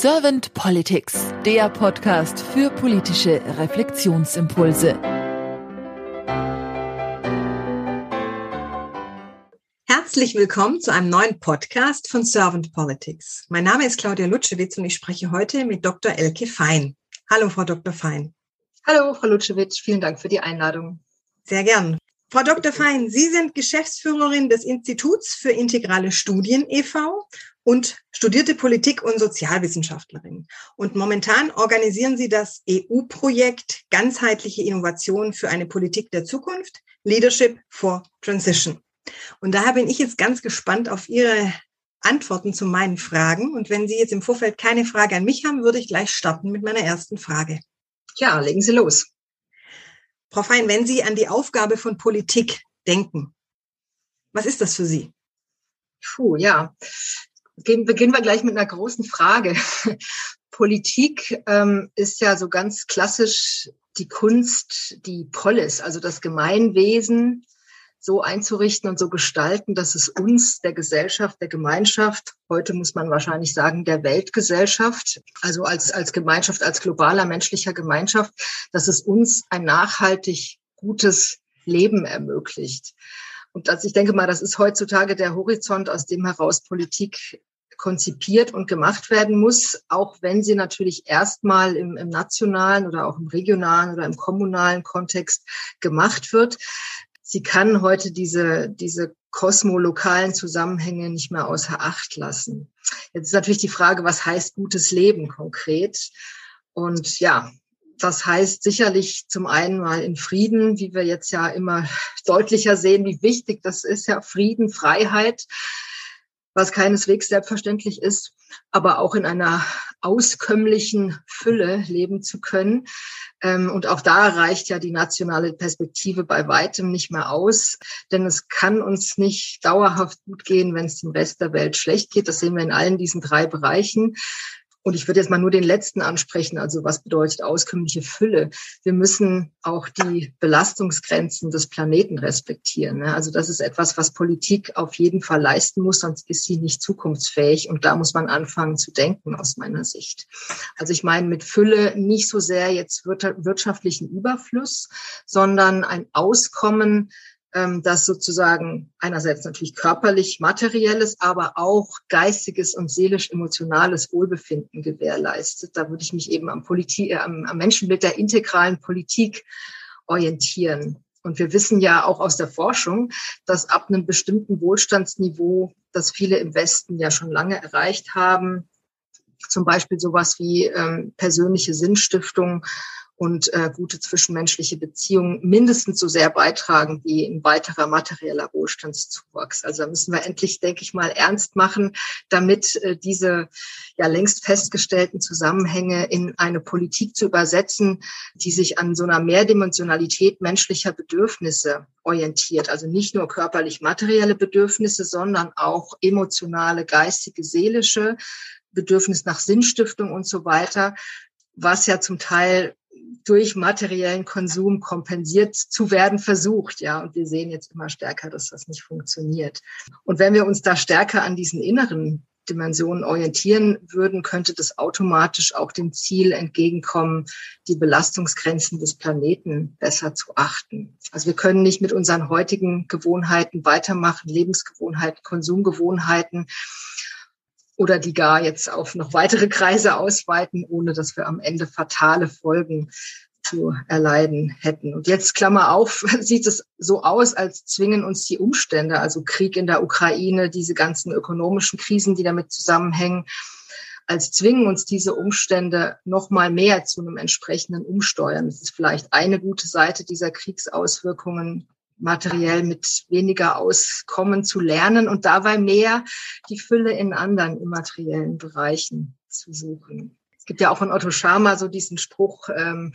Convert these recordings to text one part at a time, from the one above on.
Servant Politics, der Podcast für politische Reflexionsimpulse. Herzlich willkommen zu einem neuen Podcast von Servant Politics. Mein Name ist Claudia Lutschewitz und ich spreche heute mit Dr. Elke Fein. Hallo, Frau Dr. Fein. Hallo, Frau Lutschewitz. Vielen Dank für die Einladung. Sehr gern. Frau Dr. Fein, Sie sind Geschäftsführerin des Instituts für integrale Studien e.V. und studierte Politik- und Sozialwissenschaftlerin. Und momentan organisieren Sie das EU-Projekt Ganzheitliche Innovation für eine Politik der Zukunft, Leadership for Transition. Und daher bin ich jetzt ganz gespannt auf Ihre Antworten zu meinen Fragen. Und wenn Sie jetzt im Vorfeld keine Frage an mich haben, würde ich gleich starten mit meiner ersten Frage. Ja, legen Sie los. Frau Fein, wenn Sie an die Aufgabe von Politik denken, was ist das für Sie? Ja. Beginnen wir gleich mit einer großen Frage. Politik ist ja so ganz klassisch die Kunst, die Polis, also das Gemeinwesen so einzurichten und so gestalten, dass es uns, der Gesellschaft, der Gemeinschaft, heute muss man wahrscheinlich sagen, der Weltgesellschaft, also als Gemeinschaft, als globaler menschlicher Gemeinschaft, dass es uns ein nachhaltig gutes Leben ermöglicht. Und ich denke mal, das ist heutzutage der Horizont, aus dem heraus Politik konzipiert und gemacht werden muss, auch wenn sie natürlich erstmal im nationalen oder auch im regionalen oder im kommunalen Kontext gemacht wird. Sie kann heute diese kosmolokalen Zusammenhänge nicht mehr außer Acht lassen. Jetzt ist natürlich die Frage, was heißt gutes Leben konkret? Und ja, das heißt sicherlich zum einen mal in Frieden, wie wir jetzt ja immer deutlicher sehen, wie wichtig das ist, ja, Frieden, Freiheit, was keineswegs selbstverständlich ist, aber auch in einer auskömmlichen Fülle leben zu können. Und auch da reicht ja die nationale Perspektive bei weitem nicht mehr aus, denn es kann uns nicht dauerhaft gut gehen, wenn es dem Rest der Welt schlecht geht. Das sehen wir in allen diesen 3 Bereichen. Und ich würde jetzt mal nur den letzten ansprechen, also was bedeutet auskömmliche Fülle? Wir müssen auch die Belastungsgrenzen des Planeten respektieren. Also das ist etwas, was Politik auf jeden Fall leisten muss, sonst ist sie nicht zukunftsfähig. Und da muss man anfangen zu denken, aus meiner Sicht. Also ich meine mit Fülle nicht so sehr jetzt wirtschaftlichen Überfluss, sondern ein Auskommen, das sozusagen einerseits natürlich körperlich, materielles, aber auch geistiges und seelisch-emotionales Wohlbefinden gewährleistet. Da würde ich mich eben am Menschenbild der integralen Politik orientieren. Und wir wissen ja auch aus der Forschung, dass ab einem bestimmten Wohlstandsniveau, das viele im Westen ja schon lange erreicht haben, zum Beispiel sowas wie persönliche Sinnstiftung und gute zwischenmenschliche Beziehungen mindestens so sehr beitragen wie ein weiterer materieller Wohlstandszuwachs. Also da müssen wir endlich, denke ich mal, ernst machen, damit diese ja längst festgestellten Zusammenhänge in eine Politik zu übersetzen, die sich an so einer Mehrdimensionalität menschlicher Bedürfnisse orientiert. Also nicht nur körperlich-materielle Bedürfnisse, sondern auch emotionale, geistige, seelische Bedürfnis nach Sinnstiftung und so weiter, was ja zum Teil durch materiellen Konsum kompensiert zu werden versucht, ja. Und wir sehen jetzt immer stärker, dass das nicht funktioniert. Und wenn wir uns da stärker an diesen inneren Dimensionen orientieren würden, könnte das automatisch auch dem Ziel entgegenkommen, die Belastungsgrenzen des Planeten besser zu achten. Also wir können nicht mit unseren heutigen Gewohnheiten weitermachen, Lebensgewohnheiten, Konsumgewohnheiten, oder die gar jetzt auf noch weitere Kreise ausweiten, ohne dass wir am Ende fatale Folgen zu erleiden hätten. Und jetzt, Klammer auf, sieht es so aus, als zwingen uns die Umstände, also Krieg in der Ukraine, diese ganzen ökonomischen Krisen, die damit zusammenhängen, als zwingen uns diese Umstände noch mal mehr zu einem entsprechenden Umsteuern. Das ist vielleicht eine gute Seite dieser Kriegsauswirkungen, materiell mit weniger Auskommen zu lernen und dabei mehr die Fülle in anderen immateriellen Bereichen zu suchen. Es gibt ja auch von Otto Scharmer so diesen Spruch,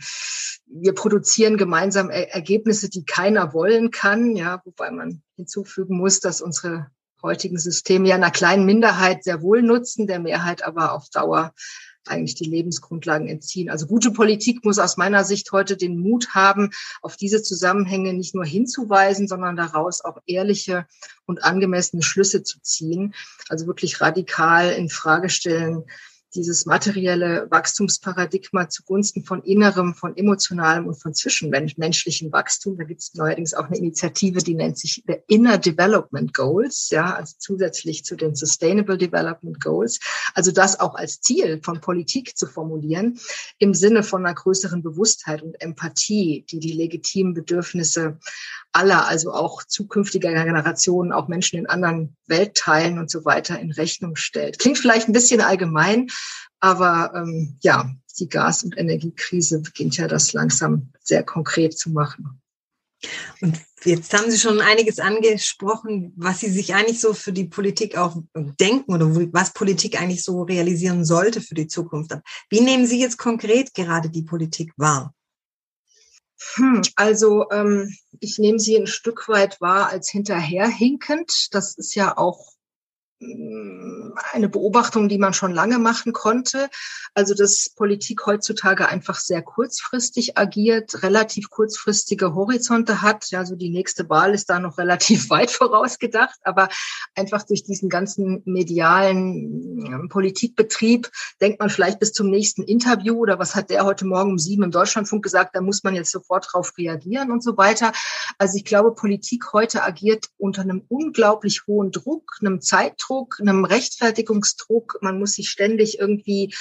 wir produzieren gemeinsam Ergebnisse, die keiner wollen kann, ja, wobei man hinzufügen muss, dass unsere heutigen Systeme ja einer kleinen Minderheit sehr wohl nutzen, der Mehrheit aber auf Dauer eigentlich die Lebensgrundlagen entziehen. Also gute Politik muss aus meiner Sicht heute den Mut haben, auf diese Zusammenhänge nicht nur hinzuweisen, sondern daraus auch ehrliche und angemessene Schlüsse zu ziehen. Also wirklich radikal in Frage stellen, dieses materielle Wachstumsparadigma zugunsten von innerem, von emotionalem und von zwischenmenschlichem Wachstum. Da gibt es neuerdings auch eine Initiative, die nennt sich The Inner Development Goals, ja, also zusätzlich zu den Sustainable Development Goals. Also das auch als Ziel von Politik zu formulieren, im Sinne von einer größeren Bewusstheit und Empathie, die die legitimen Bedürfnisse aller, also auch zukünftiger Generationen, auch Menschen in anderen Weltteilen und so weiter in Rechnung stellt. Klingt vielleicht ein bisschen allgemein, aber die Gas- und Energiekrise beginnt ja das langsam sehr konkret zu machen. Und jetzt haben Sie schon einiges angesprochen, was Sie sich eigentlich so für die Politik auch denken oder was Politik eigentlich so realisieren sollte für die Zukunft. Wie nehmen Sie jetzt konkret gerade die Politik wahr? Also ich nehme sie ein Stück weit wahr als hinterherhinkend. Das ist ja auch eine Beobachtung, die man schon lange machen konnte. Also, dass Politik heutzutage einfach sehr kurzfristig agiert, relativ kurzfristige Horizonte hat. Ja, so die nächste Wahl ist da noch relativ weit vorausgedacht, aber einfach durch diesen ganzen medialen Politikbetrieb denkt man vielleicht bis zum nächsten Interview oder was hat der heute Morgen um 7 im Deutschlandfunk gesagt, da muss man jetzt sofort drauf reagieren und so weiter. Also ich glaube, Politik heute agiert unter einem unglaublich hohen Druck, einem Zeitdruck, einem Rechtfertigungsdruck. Man muss sich ständig irgendwie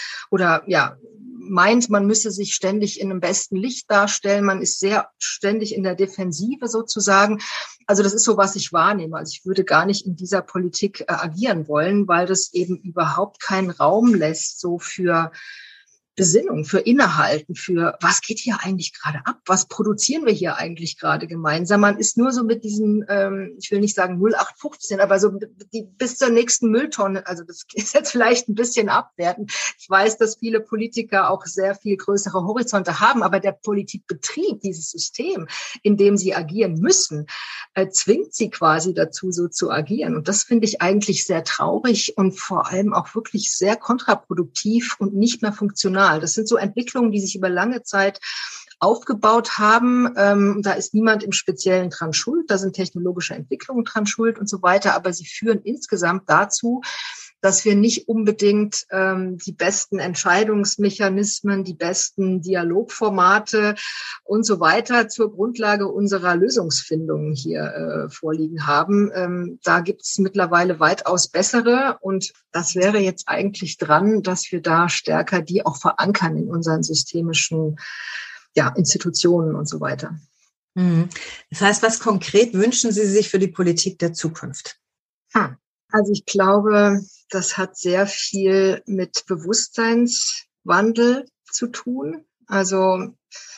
meint, man müsse sich ständig in einem besten Licht darstellen. Man ist sehr ständig in der Defensive sozusagen. Also das ist so, was ich wahrnehme. Also ich würde gar nicht in dieser Politik agieren wollen, weil das eben überhaupt keinen Raum lässt, so für Besinnung, für Innehalten, für was geht hier eigentlich gerade ab? Was produzieren wir hier eigentlich gerade gemeinsam? Man ist nur so mit diesen, ich will nicht sagen 0815, aber so bis zur nächsten Mülltonne. Also das ist jetzt vielleicht ein bisschen abwertend. Ich weiß, dass viele Politiker auch sehr viel größere Horizonte haben, aber der Politikbetrieb, dieses System, in dem sie agieren müssen, zwingt sie quasi dazu, so zu agieren. Und das finde ich eigentlich sehr traurig und vor allem auch wirklich sehr kontraproduktiv und nicht mehr funktional. Das sind so Entwicklungen, die sich über lange Zeit aufgebaut haben. Da ist niemand im Speziellen dran schuld. Da sind technologische Entwicklungen dran schuld und so weiter. Aber sie führen insgesamt dazu, dass wir nicht unbedingt die besten Entscheidungsmechanismen, die besten Dialogformate und so weiter zur Grundlage unserer Lösungsfindung hier vorliegen haben. Da gibt es mittlerweile weitaus bessere und das wäre jetzt eigentlich dran, dass wir da stärker die auch verankern in unseren systemischen Institutionen und so weiter. Das heißt, was konkret wünschen Sie sich für die Politik der Zukunft? Also ich glaube, das hat sehr viel mit Bewusstseinswandel zu tun. Also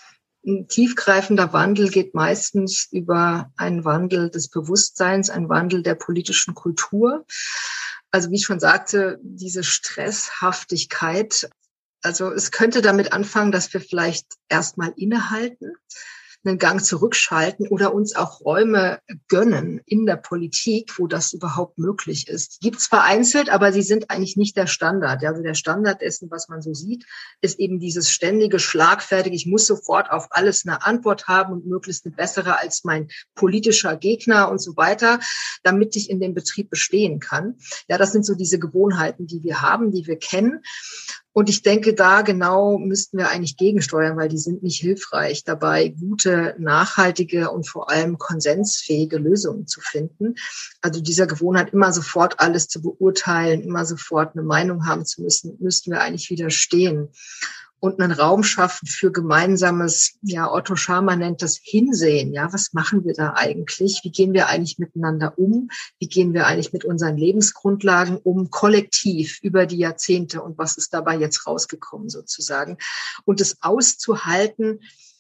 ein tiefgreifender Wandel geht meistens über einen Wandel des Bewusstseins, einen Wandel der politischen Kultur. Also wie ich schon sagte, diese Stresshaftigkeit. Also es könnte damit anfangen, dass wir vielleicht erstmal innehalten, einen Gang zurückschalten oder uns auch Räume gönnen in der Politik, wo das überhaupt möglich ist. Die gibt es vereinzelt, aber sie sind eigentlich nicht der Standard. Also der Standard dessen, was man so sieht, ist eben dieses ständige, schlagfertige, ich muss sofort auf alles eine Antwort haben und möglichst eine bessere als mein politischer Gegner und so weiter, damit ich in dem Betrieb bestehen kann. Ja, das sind so diese Gewohnheiten, die wir haben, die wir kennen. Und ich denke, da genau müssten wir eigentlich gegensteuern, weil die sind nicht hilfreich dabei, gute, nachhaltige und vor allem konsensfähige Lösungen zu finden. Also dieser Gewohnheit, immer sofort alles zu beurteilen, immer sofort eine Meinung haben zu müssen, müssten wir eigentlich widerstehen. Und einen Raum schaffen für gemeinsames, Otto Scharmer nennt das Hinsehen. Ja, was machen wir da eigentlich? Wie gehen wir eigentlich miteinander um? Wie gehen wir eigentlich mit unseren Lebensgrundlagen um, kollektiv über die Jahrzehnte? Und was ist dabei jetzt rausgekommen sozusagen? Und es auszuhalten,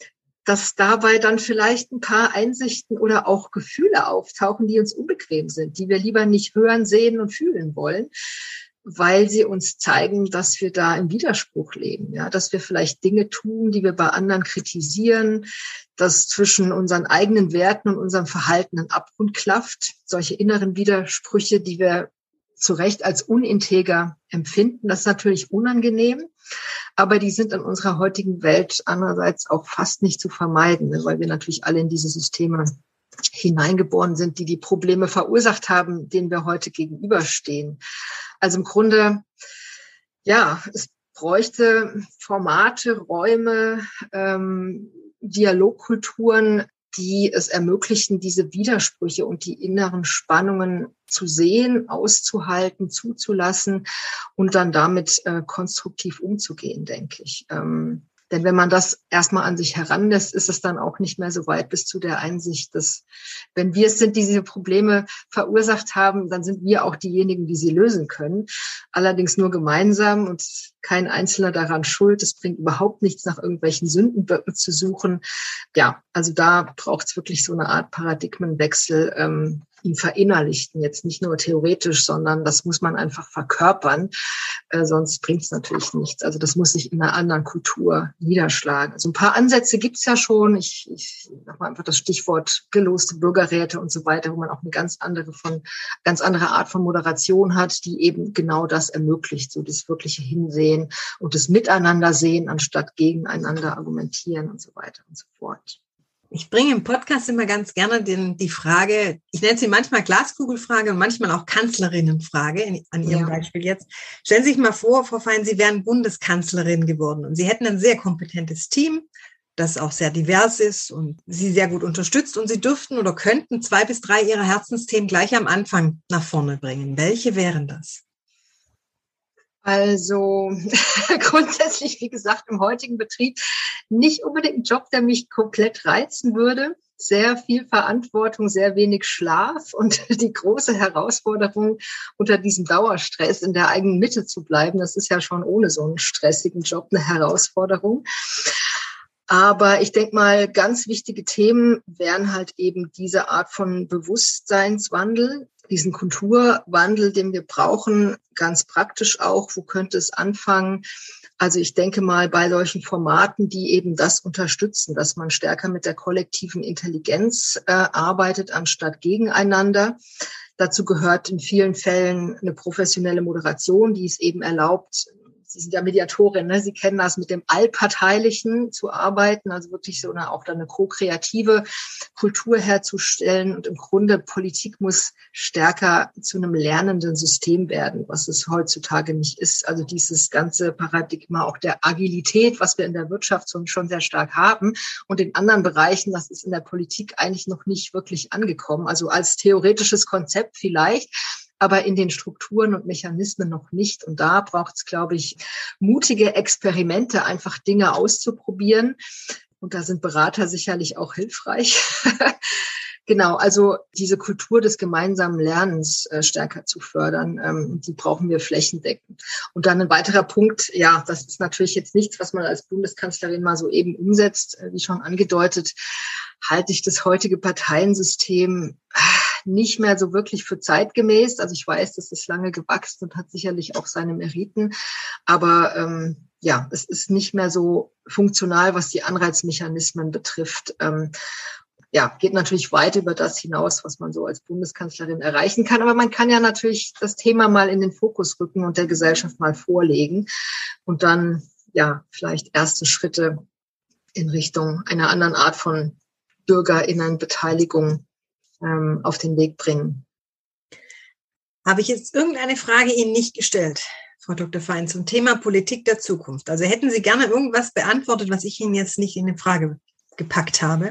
dass dabei dann vielleicht ein paar Einsichten oder auch Gefühle auftauchen, die uns unbequem sind, die wir lieber nicht hören, sehen und fühlen wollen, weil sie uns zeigen, dass wir da im Widerspruch leben, ja, dass wir vielleicht Dinge tun, die wir bei anderen kritisieren, dass zwischen unseren eigenen Werten und unserem Verhalten ein Abgrund klafft, solche inneren Widersprüche, die wir zu Recht als uninteger empfinden. Das ist natürlich unangenehm, aber die sind in unserer heutigen Welt andererseits auch fast nicht zu vermeiden, weil wir natürlich alle in diese Systeme hineingeboren sind, die Probleme verursacht haben, denen wir heute gegenüberstehen. Also im Grunde Ja, es bräuchte Formate, Räume, Dialogkulturen, die es ermöglichen, diese Widersprüche und die inneren Spannungen zu sehen, auszuhalten, zuzulassen und dann damit konstruktiv umzugehen, denke ich. Denn wenn man das erstmal an sich heranlässt, ist es dann auch nicht mehr so weit bis zu der Einsicht, dass wenn wir es sind, die diese Probleme verursacht haben, dann sind wir auch diejenigen, die sie lösen können. Allerdings nur gemeinsam und kein Einzelner daran schuld. Es bringt überhaupt nichts, nach irgendwelchen Sündenböcken zu suchen. Ja, also da braucht es wirklich so eine Art Paradigmenwechsel, ihn verinnerlichten, jetzt nicht nur theoretisch, sondern das muss man einfach verkörpern, sonst bringt es natürlich nichts. Also das muss sich in einer anderen Kultur niederschlagen. Also ein paar Ansätze gibt's ja schon. Ich sag mal einfach das Stichwort geloste Bürgerräte und so weiter, wo man auch eine ganz andere Art von Moderation hat, die eben genau das ermöglicht, so das wirkliche Hinsehen und das Miteinandersehen anstatt gegeneinander argumentieren und so weiter und so fort. Ich bringe im Podcast immer ganz gerne die Frage, ich nenne sie manchmal Glaskugelfrage und manchmal auch Kanzlerinnenfrage, an Ihrem Beispiel jetzt. Stellen Sie sich mal vor, Frau Fein, Sie wären Bundeskanzlerin geworden und Sie hätten ein sehr kompetentes Team, das auch sehr divers ist und Sie sehr gut unterstützt und Sie dürften oder könnten 2 bis 3 Ihrer Herzensthemen gleich am Anfang nach vorne bringen. Welche wären das? Also grundsätzlich, wie gesagt, im heutigen Betrieb nicht unbedingt ein Job, der mich komplett reizen würde. Sehr viel Verantwortung, sehr wenig Schlaf und die große Herausforderung, unter diesem Dauerstress in der eigenen Mitte zu bleiben. Das ist ja schon ohne so einen stressigen Job eine Herausforderung. Aber ich denke mal, ganz wichtige Themen wären halt eben diese Art von Bewusstseinswandel, diesen Kulturwandel, den wir brauchen, ganz praktisch auch. Wo könnte es anfangen? Also ich denke mal bei solchen Formaten, die eben das unterstützen, dass man stärker mit der kollektiven Intelligenz arbeitet, anstatt gegeneinander. Dazu gehört in vielen Fällen eine professionelle Moderation, die es eben erlaubt, Sie sind ja Mediatorin, ne? Sie kennen das, mit dem Allparteilichen zu arbeiten, also wirklich so auch dann eine ko-kreative Kultur herzustellen. Und im Grunde Politik muss stärker zu einem lernenden System werden, was es heutzutage nicht ist. Also dieses ganze Paradigma auch der Agilität, was wir in der Wirtschaft schon sehr stark haben und in anderen Bereichen, das ist in der Politik eigentlich noch nicht wirklich angekommen. Also als theoretisches Konzept vielleicht, aber in den Strukturen und Mechanismen noch nicht. Und da braucht es, glaube ich, mutige Experimente, einfach Dinge auszuprobieren. Und da sind Berater sicherlich auch hilfreich. Genau, also diese Kultur des gemeinsamen Lernens stärker zu fördern, die brauchen wir flächendeckend. Und dann ein weiterer Punkt, ja, das ist natürlich jetzt nichts, was man als Bundeskanzlerin mal so eben umsetzt, wie schon angedeutet, halte ich das heutige Parteiensystem nicht mehr so wirklich für zeitgemäß. Also ich weiß, das ist lange gewachsen und hat sicherlich auch seine Meriten. Aber ja, es ist nicht mehr so funktional, was die Anreizmechanismen betrifft. Ja, geht natürlich weit über das hinaus, was man so als Bundeskanzlerin erreichen kann. Aber man kann ja natürlich das Thema mal in den Fokus rücken und der Gesellschaft mal vorlegen und dann ja vielleicht erste Schritte in Richtung einer anderen Art von BürgerInnenbeteiligung auf den Weg bringen. Habe ich jetzt irgendeine Frage Ihnen nicht gestellt, Frau Dr. Fein, zum Thema Politik der Zukunft? Also hätten Sie gerne irgendwas beantwortet, was ich Ihnen jetzt nicht in die Frage gepackt habe?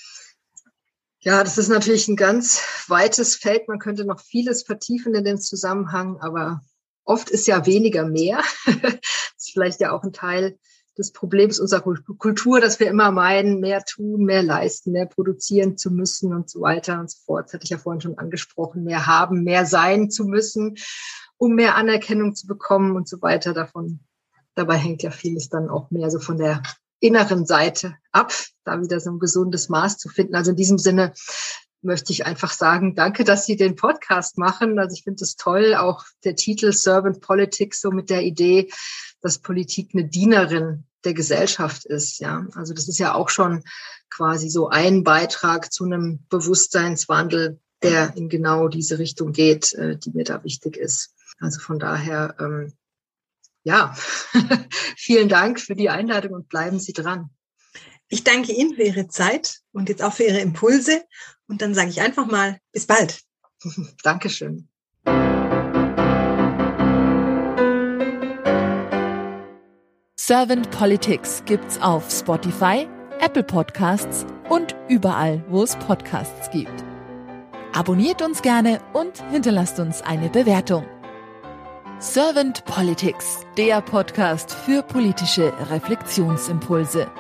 Ja, das ist natürlich ein ganz weites Feld. Man könnte noch vieles vertiefen in den Zusammenhang, aber oft ist ja weniger mehr. Das ist vielleicht ja auch ein Teil des Problems unserer Kultur, dass wir immer meinen, mehr tun, mehr leisten, mehr produzieren zu müssen und so weiter und so fort. Das hatte ich ja vorhin schon angesprochen, mehr haben, mehr sein zu müssen, um mehr Anerkennung zu bekommen und so weiter. Dabei hängt ja vieles dann auch mehr so von der inneren Seite ab, da wieder so ein gesundes Maß zu finden. Also in diesem Sinne möchte ich einfach sagen, danke, dass Sie den Podcast machen. Also ich finde es toll, auch der Titel Servant Politics, so mit der Idee, dass Politik eine Dienerin der Gesellschaft ist. Ja, also das ist ja auch schon quasi so ein Beitrag zu einem Bewusstseinswandel, der in genau diese Richtung geht, die mir da wichtig ist. Also von daher, ja, vielen Dank für die Einladung und bleiben Sie dran. Ich danke Ihnen für Ihre Zeit und jetzt auch für Ihre Impulse. Und dann sage ich einfach mal, bis bald. Dankeschön. Servant Politics gibt's auf Spotify, Apple Podcasts und überall, wo es Podcasts gibt. Abonniert uns gerne und hinterlasst uns eine Bewertung. Servant Politics, der Podcast für politische Reflexionsimpulse.